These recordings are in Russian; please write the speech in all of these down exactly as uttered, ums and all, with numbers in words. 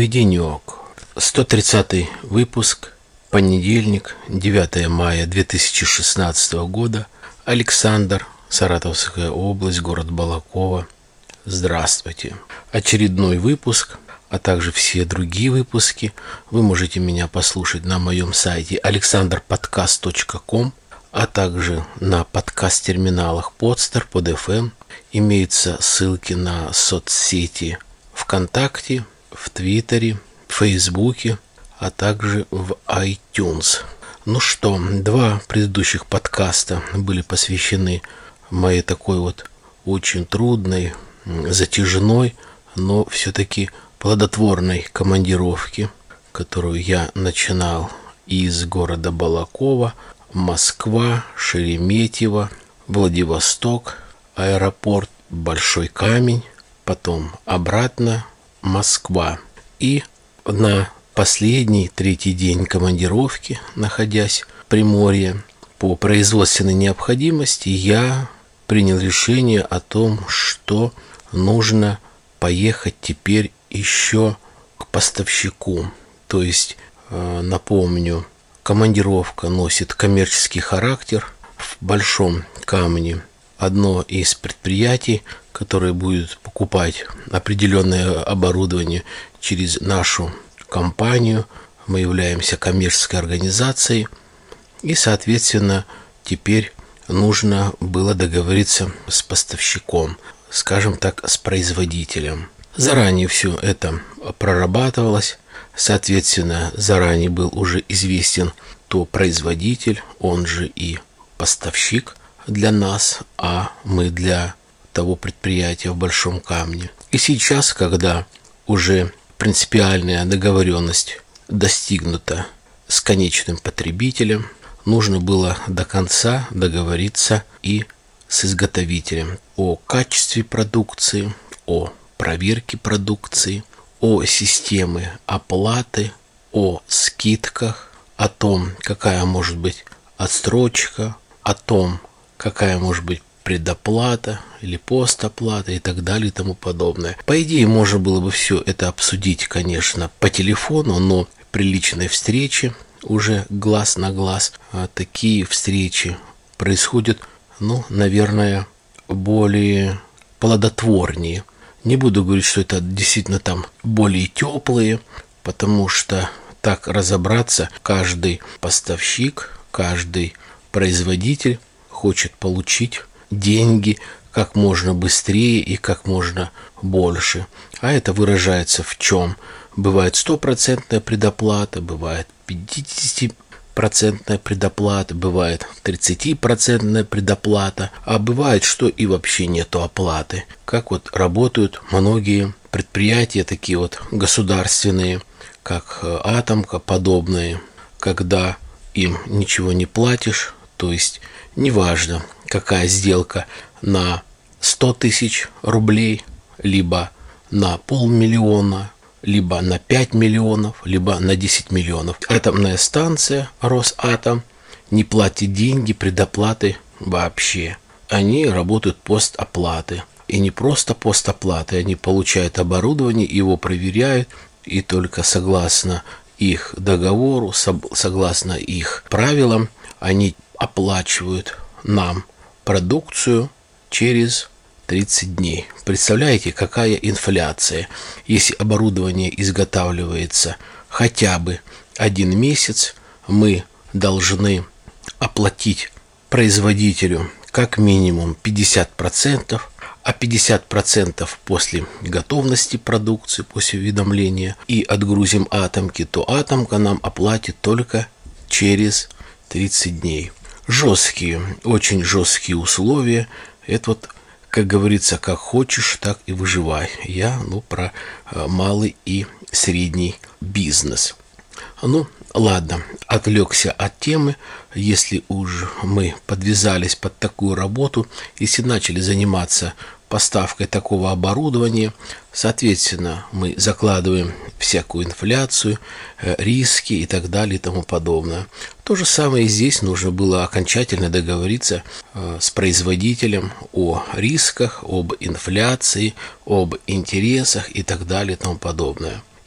денек. сто тридцатый выпуск, понедельник, девятое мая две тысячи шестнадцатого года. Александр, Саратовская область, город Балаково. Здравствуйте. Очередной выпуск, а также все другие выпуски вы можете меня послушать на моем сайте александр подкаст точка ком, а также на подкаст-терминалах Podster, под эф эм. Имеются ссылки на соцсети ВКонтакте, в Твиттере, в Фейсбуке, а также в iTunes. Ну что, два предыдущих подкаста были посвящены моей такой вот очень трудной, затяжной, но все-таки плодотворной командировке, которую я начинал из города Балаково, Москва, Шереметьево, Владивосток, аэропорт Большой Камень, потом обратно Москва. И на последний, третий день командировки, находясь в Приморье, по производственной необходимости я принял решение о том, что нужно поехать теперь еще к поставщику. То есть, э, напомню, командировка носит коммерческий характер. В Большом Камне одно из предприятий, которое будет покупать определенное оборудование через нашу компанию. Мы являемся коммерческой организацией. И, соответственно, теперь нужно было договориться с поставщиком, скажем так, с производителем. Заранее все это прорабатывалось. Соответственно, заранее был уже известен то производитель, он же и поставщик для нас, а мы для того предприятия в Большом Камне. И сейчас, когда уже принципиальная договоренность достигнута с конечным потребителем, нужно было до конца договориться и с изготовителем о качестве продукции, о проверке продукции, о системе оплаты, о скидках, о том, какая может быть отсрочка, о том, какая может быть предоплата или постоплата и так далее и тому подобное. По идее, можно было бы все это обсудить, конечно, по телефону, но при личной встрече, уже глаз на глаз, такие встречи происходят, ну, наверное, более плодотворнее. Не буду говорить, что это действительно там более теплые, потому что так разобраться, каждый поставщик, каждый производитель хочет получить деньги как можно быстрее и как можно больше. А это выражается в чем? Бывает стопроцентная предоплата, бывает пятидесятипроцентная предоплата, бывает тридцатипроцентная предоплата, а бывает, что и вообще нету оплаты. Как вот работают многие предприятия, такие вот государственные, как Атомка, подобные, когда им ничего не платишь, то есть неважно, какая сделка, на сто тысяч рублей, либо на полмиллиона, либо на пять миллионов, либо на десять миллионов. Атомная станция Росатом не платит деньги, предоплаты вообще. Они работают постоплаты. И не просто постоплаты, они получают оборудование, его проверяют, и только согласно их договору, согласно их правилам, они оплачивают нам продукцию через тридцать дней. Представляете, какая инфляция? Если оборудование изготавливается хотя бы один месяц, мы должны оплатить производителю как минимум пятьдесят процентов, а пятьдесят процентов после готовности продукции, после уведомления, и отгрузим Атомки, то Атомка нам оплатит только через тридцать дней. Жесткие, очень жесткие условия. Это вот, как говорится, как хочешь, так и выживай. Я, ну, про малый и средний бизнес. Ну, ладно, отвлекся от темы. Если уж мы подвязались под такую работу, если начали заниматься поставкой такого оборудования, соответственно, мы закладываем всякую инфляцию, риски и так далее и тому подобное. То же самое и здесь. Нужно было окончательно договориться с производителем о рисках, об инфляции, об интересах и так далее и тому подобное.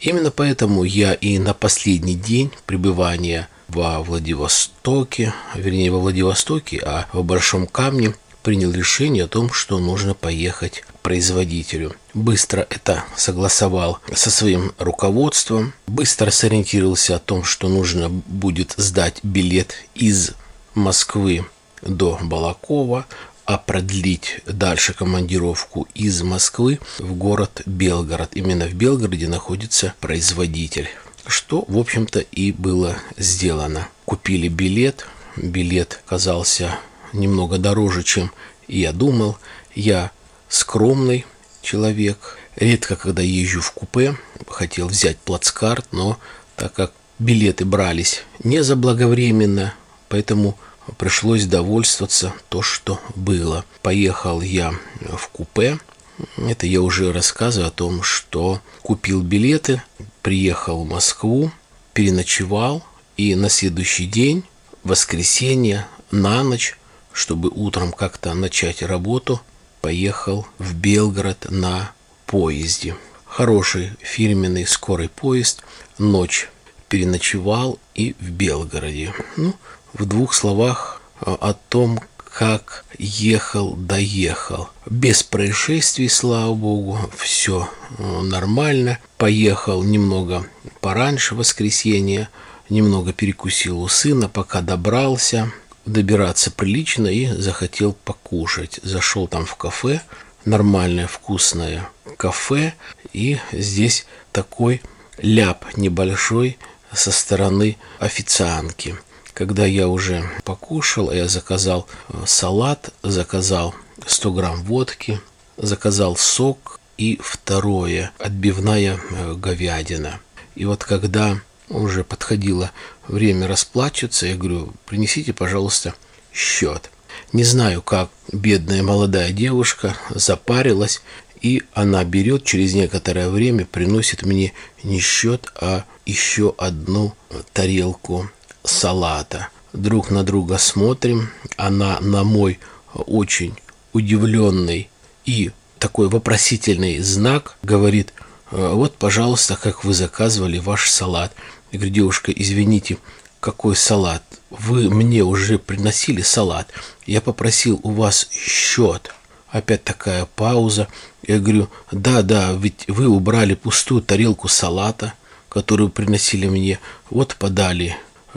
Именно поэтому я и на последний день пребывания во Владивостоке, вернее, во Владивостоке, а в Большом Камне, принял решение о том, что нужно поехать к производителю. Быстро это согласовал со своим руководством, быстро сориентировался о том, что нужно будет сдать билет из Москвы до Балакова, а продлить дальше командировку из Москвы в город Белгород. Именно в Белгороде находится производитель, что, в общем-то, и было сделано. Купили билет, билет оказался немного дороже, чем я думал. Я скромный человек, редко когда езжу в купе, хотел взять плацкарт, но так как билеты брались не заблаговременно, поэтому пришлось довольствоваться то, что было. Поехал я в купе. Это я уже рассказываю о том, что купил билеты, приехал в Москву, переночевал, и на следующий день, воскресенье, на ночь, чтобы утром как-то начать работу, поехал в Белгород на поезде. Хороший фирменный скорый поезд. Ночь переночевал и в Белгороде. Ну, в двух словах о том, как ехал, доехал. Без происшествий, слава богу, все нормально. Поехал немного пораньше в воскресенье, немного перекусил у сына, пока добрался. Добираться прилично и захотел покушать. Зашел там в кафе, нормальное вкусное кафе, и здесь такой ляп небольшой со стороны официантки. Когда я уже покушал, я заказал салат, заказал сто грамм водки, заказал сок и второе, отбивная говядина. И вот когда уже подходило время расплачиваться, я говорю: принесите, пожалуйста, счет. Не знаю, как бедная молодая девушка запарилась, и она берет, через некоторое время приносит мне не счет, а еще одну тарелку салата. Друг на друга смотрим. Она на мой очень удивленный и такой вопросительный знак говорит: вот, пожалуйста, как вы заказывали ваш салат. Я говорю: девушка, извините, какой салат? Вы мне уже приносили салат. Я попросил у вас счет. Опять такая пауза. Я говорю: да, да, ведь вы убрали пустую тарелку салата, которую приносили мне. Вот подали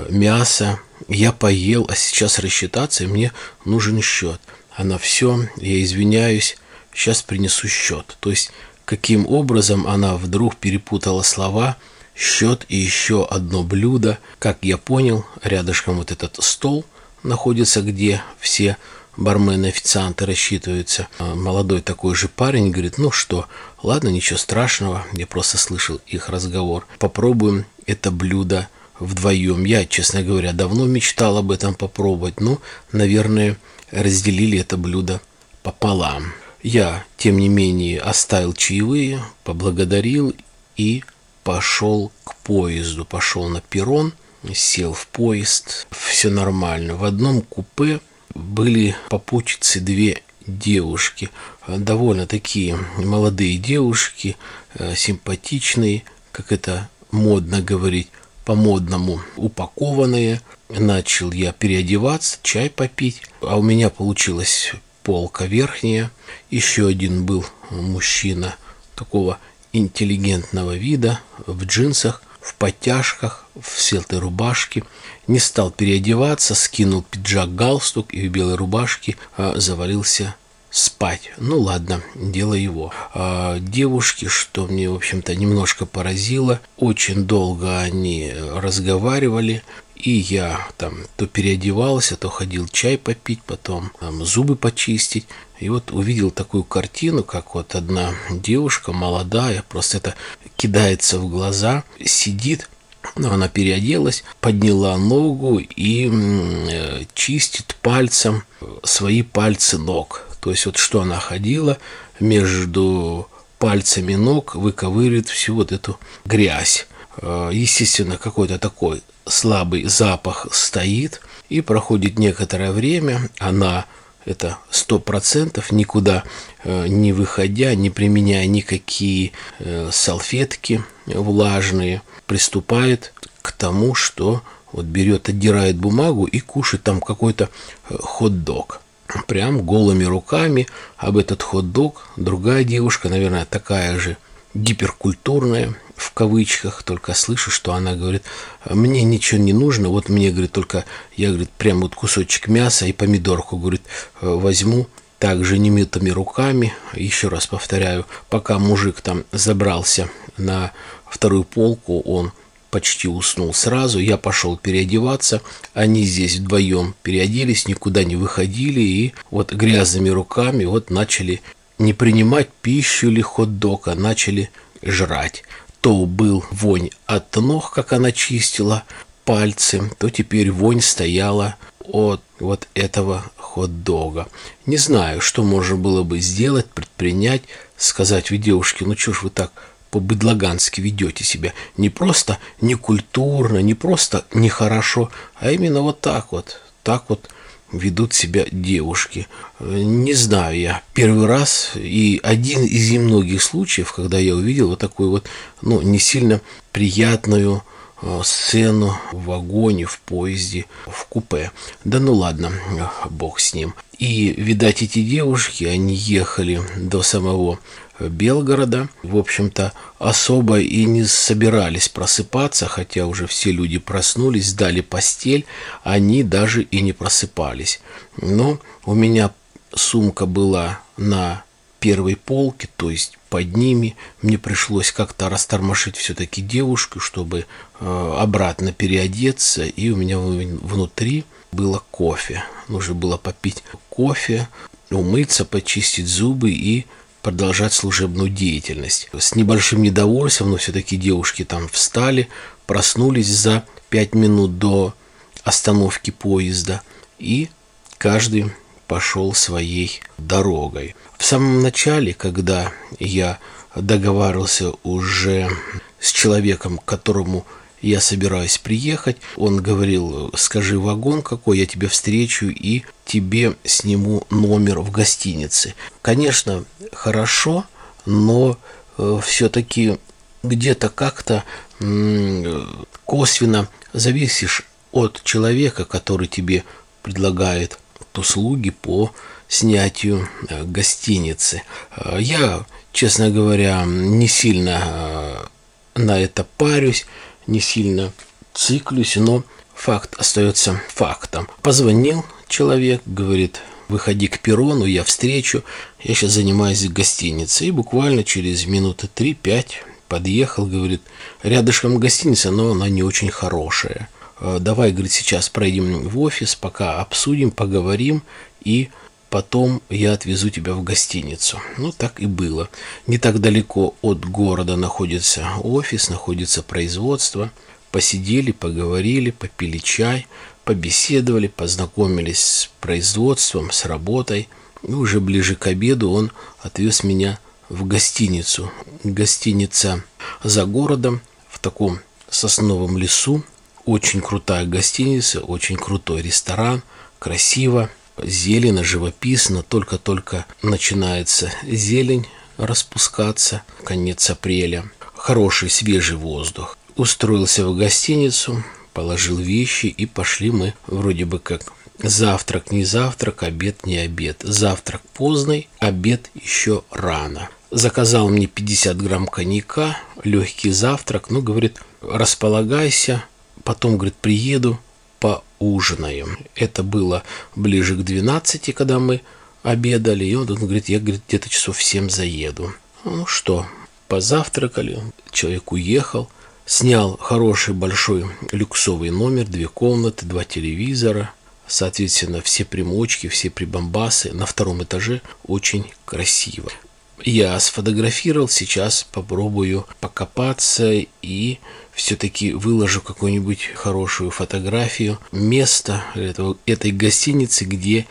мясо, я поел, а сейчас рассчитаться, и мне нужен счет. Она: все, я извиняюсь, сейчас принесу счет. То есть, каким образом она вдруг перепутала слова счет и еще одно блюдо. Как я понял, рядышком вот этот стол находится, где все бармены, официанты рассчитываются. Молодой такой же парень говорит: ну что, ладно, ничего страшного, я просто слышал их разговор. Попробуем это блюдо вдвоем. Я, честно говоря, давно мечтал об этом попробовать. Ну, наверное, разделили это блюдо пополам. Я, тем не менее, оставил чаевые, поблагодарил и пошел к поезду. Пошел на перрон, сел в поезд. Все нормально. В одном купе были попутчицы две девушки. Довольно такие молодые девушки, симпатичные, как это модно говорить, по-модному упакованные. Начал я переодеваться, чай попить, а у меня получилась полка верхняя. Еще один был мужчина такого интеллигентного вида, в джинсах, в подтяжках, в светлой рубашке. Не стал переодеваться, скинул пиджак, галстук и в белой рубашке а, завалился спать. Ну ладно, дело его. А девушки, что мне, в общем-то, немножко поразило, очень долго они разговаривали, и я там то переодевался, то ходил чай попить, потом там, зубы почистить. И вот увидел такую картину, как вот одна девушка молодая, просто это кидается в глаза, сидит, но она переоделась, подняла ногу и э, чистит пальцем свои пальцы ног. То есть вот что она ходила между пальцами ног, выковыривает всю вот эту грязь. Естественно, какой-то такой слабый запах стоит, и проходит некоторое время, она это сто процентов, никуда не выходя, не применяя никакие салфетки, влажные, приступает к тому, что вот берет, отдирает бумагу и кушает там какой-то хот-дог. Прям голыми руками об этот хот-дог другая девушка, наверное, такая же гиперкультурная, в кавычках, только слышу, что она говорит: мне ничего не нужно, вот мне, говорит, только, я, говорит, прям вот кусочек мяса и помидорку, говорит, возьму, также немытыми руками. Еще раз повторяю, пока мужик там забрался на вторую полку, он почти уснул сразу, я пошел переодеваться, они здесь вдвоем переоделись, никуда не выходили, и вот грязными руками вот начали не принимать пищу или хот-дог, а начали жрать. То был вонь от ног, как она чистила пальцы, то теперь вонь стояла от вот этого хот-дога. Не знаю, что можно было бы сделать, предпринять, сказать: вы, девушки, ну чё ж вы так по-быдлагански ведете себя? Не просто некультурно, не просто нехорошо, а именно вот так вот, так вот ведут себя девушки. Не знаю, я первый раз и один из немногих случаев, когда я увидел вот такую вот, ну, не сильно приятную сцену в вагоне, в поезде, в купе. Да ну ладно, бог с ним. И, видать, эти девушки, они ехали до самого Белгорода, в общем-то, особо и не собирались просыпаться, хотя уже все люди проснулись, сдали постель, они даже и не просыпались. Но у меня сумка была на первой полке, то есть под ними. Мне пришлось как-то растормошить все-таки девушку, чтобы э, обратно переодеться, и у меня внутри было кофе. Нужно было попить кофе, умыться, почистить зубы и продолжать служебную деятельность. С небольшим недовольствием, но все-таки девушки там встали, проснулись за пять минут до остановки поезда, и каждый пошел своей дорогой. В самом начале, когда я договаривался уже с человеком, к которому я собираюсь приехать, он говорил: скажи вагон какой, я тебя встречу и тебе сниму номер в гостинице. Конечно, хорошо, но э, все-таки где-то как-то э, косвенно зависишь от человека, который тебе предлагает услуги по снятию э, гостиницы. Я, честно говоря, не сильно э, на это парюсь, не сильно циклюсь, но факт остается фактом. Позвонил человек, говорит: выходи к перрону, я встречу, я сейчас занимаюсь гостиницей. И буквально через минуты три-пять подъехал, говорит: рядышком гостиница, но она не очень хорошая. Давай, говорит, сейчас пройдем в офис, пока обсудим, поговорим, и потом я отвезу тебя в гостиницу. Ну, так и было. Не так далеко от города находится офис, находится производство. Посидели, поговорили, попили чай, побеседовали, познакомились с производством, с работой. И уже ближе к обеду он отвез меня в гостиницу. Гостиница за городом, в таком сосновом лесу. Очень крутая гостиница, очень крутой ресторан, красиво. Зелено, живописно, только-только начинается зелень распускаться, конец апреля. Хороший свежий воздух. Устроился в гостиницу, положил вещи, и пошли мы вроде бы как завтрак не завтрак, обед не обед. Завтрак поздний, обед еще рано. Заказал мне пятьдесят грамм коньяка, легкий завтрак, ну, говорит, располагайся, потом, говорит, приеду, поужинаем. Это было ближе к двенадцати, когда мы обедали, и он, он говорит: я, говорит, где-то часов в семь заеду. Ну что, позавтракали, человек уехал, снял хороший большой люксовый номер, две комнаты, два телевизора, соответственно, все примочки, все прибамбасы, на втором этаже, очень красиво. Я сфотографировал, сейчас попробую покопаться и все-таки выложу какую-нибудь хорошую фотографию места этого, этой гостиницы, где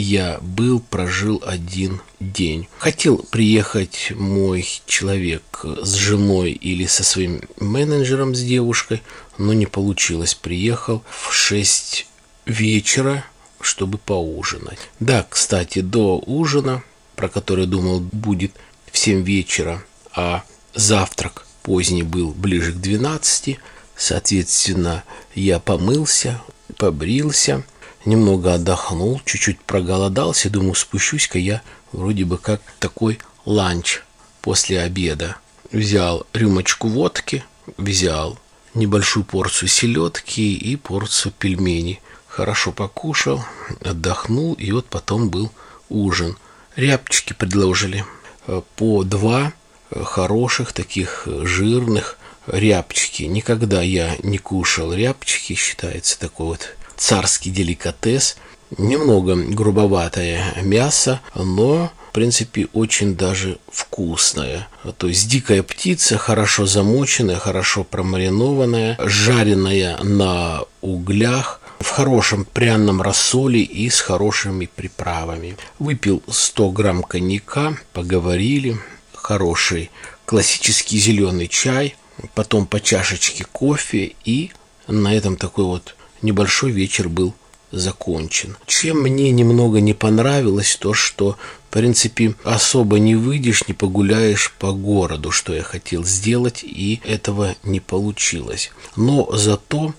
я был, прожил один день. Хотел приехать мой человек с женой или со своим менеджером, с девушкой, но не получилось. Приехал в шесть вечера, чтобы поужинать. Да, кстати, до ужина, про который думал будет в семь вечера, а завтрак поздний был, ближе к двенадцати. Соответственно, я помылся, побрился, немного отдохнул, чуть-чуть проголодался. Думаю, спущусь-ка я вроде бы как такой ланч после обеда. Взял рюмочку водки, взял небольшую порцию селедки и порцию пельменей. Хорошо покушал, отдохнул, и вот потом был ужин. Рябчики предложили по два хороших таких жирных рябчики. Никогда я не кушал рябчики, считается такой вот царский деликатес. Немного грубоватое мясо, но в принципе очень даже вкусное. То есть дикая птица, хорошо замоченная, хорошо промаринованная, жареная на углях, в хорошем пряном рассоле и с хорошими приправами. Выпил сто грамм коньяка, поговорили, хороший классический зеленый чай, потом по чашечке кофе, и на этом такой вот небольшой вечер был закончен. Чем мне немного не понравилось, то что в принципе особо не выйдешь, не погуляешь по городу, что я хотел сделать, и этого не получилось. Но зато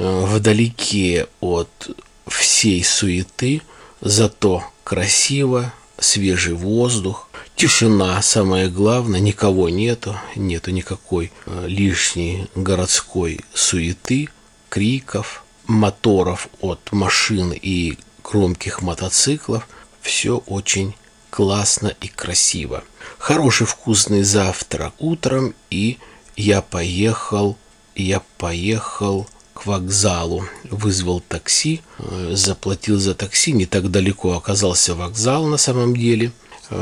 вдалеке от всей суеты, зато красиво, свежий воздух, тишина, самое главное, никого нету, нету никакой лишней городской суеты, криков, моторов от машин и громких мотоциклов. Все очень классно и красиво. Хороший вкусный завтрак утром, и я поехал, я поехал к вокзалу, вызвал такси, заплатил за такси, не так далеко оказался вокзал на самом деле,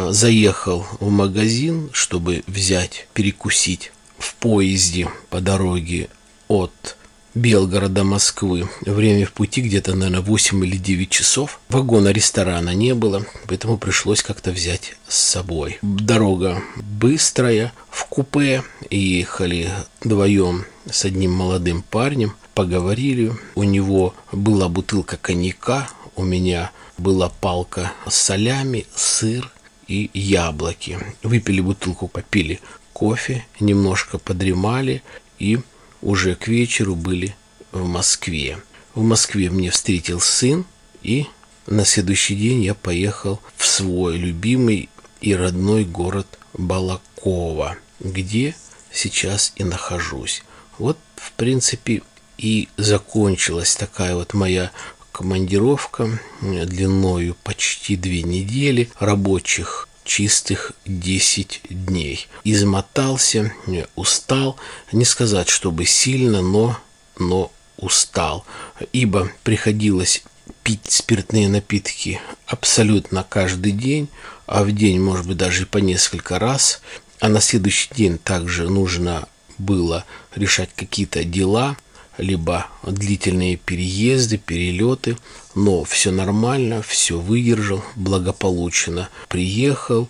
заехал в магазин, чтобы взять, перекусить в поезде по дороге от Белгорода до Москвы. Время в пути где-то, наверное, восемь или девять часов. Вагона ресторана не было, поэтому пришлось как-то взять с собой. Дорога быстрая, в купе ехали вдвоем с одним молодым парнем, поговорили. У него была бутылка коньяка, у меня была палка с солями, сыр и яблоки. Выпили бутылку, попили кофе, немножко подремали и уже к вечеру были в Москве. В Москве мне встретил сын, и на следующий день я поехал в свой любимый и родной город Балаково, где сейчас и нахожусь. Вот, в принципе, и закончилась такая вот моя командировка длиною почти две недели, рабочих чистых десять дней. Измотался, устал, не сказать, чтобы сильно, но, но устал, ибо приходилось пить спиртные напитки абсолютно каждый день, а в день, может быть, даже и по несколько раз, а на следующий день также нужно было решать какие-то дела, либо длительные переезды, перелеты, но все нормально, все выдержал, благополучно приехал,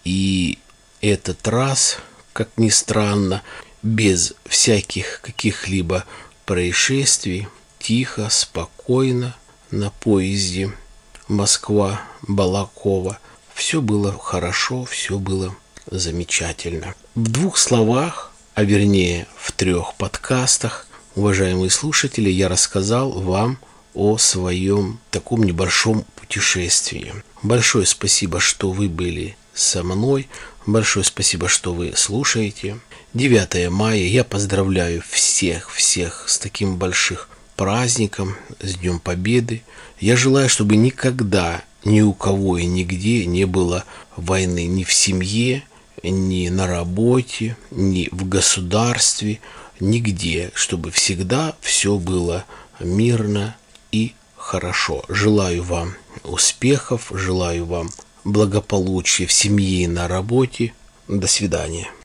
и этот раз, как ни странно, без всяких каких-либо происшествий, тихо, спокойно на поезде Москва-Балаково. Все было хорошо, все было замечательно. В двух словах, а вернее в трех подкастах, уважаемые слушатели, я рассказал вам о своем таком небольшом путешествии. Большое спасибо, что вы были со мной. Большое спасибо, что вы слушаете. девятое мая. Я поздравляю всех-всех с таким большим праздником, с Днем Победы. Я желаю, чтобы никогда ни у кого и нигде не было войны ни в семье, ни на работе, ни в государстве, нигде, чтобы всегда все было мирно и хорошо. Желаю вам успехов, желаю вам благополучия в семье и на работе. До свидания.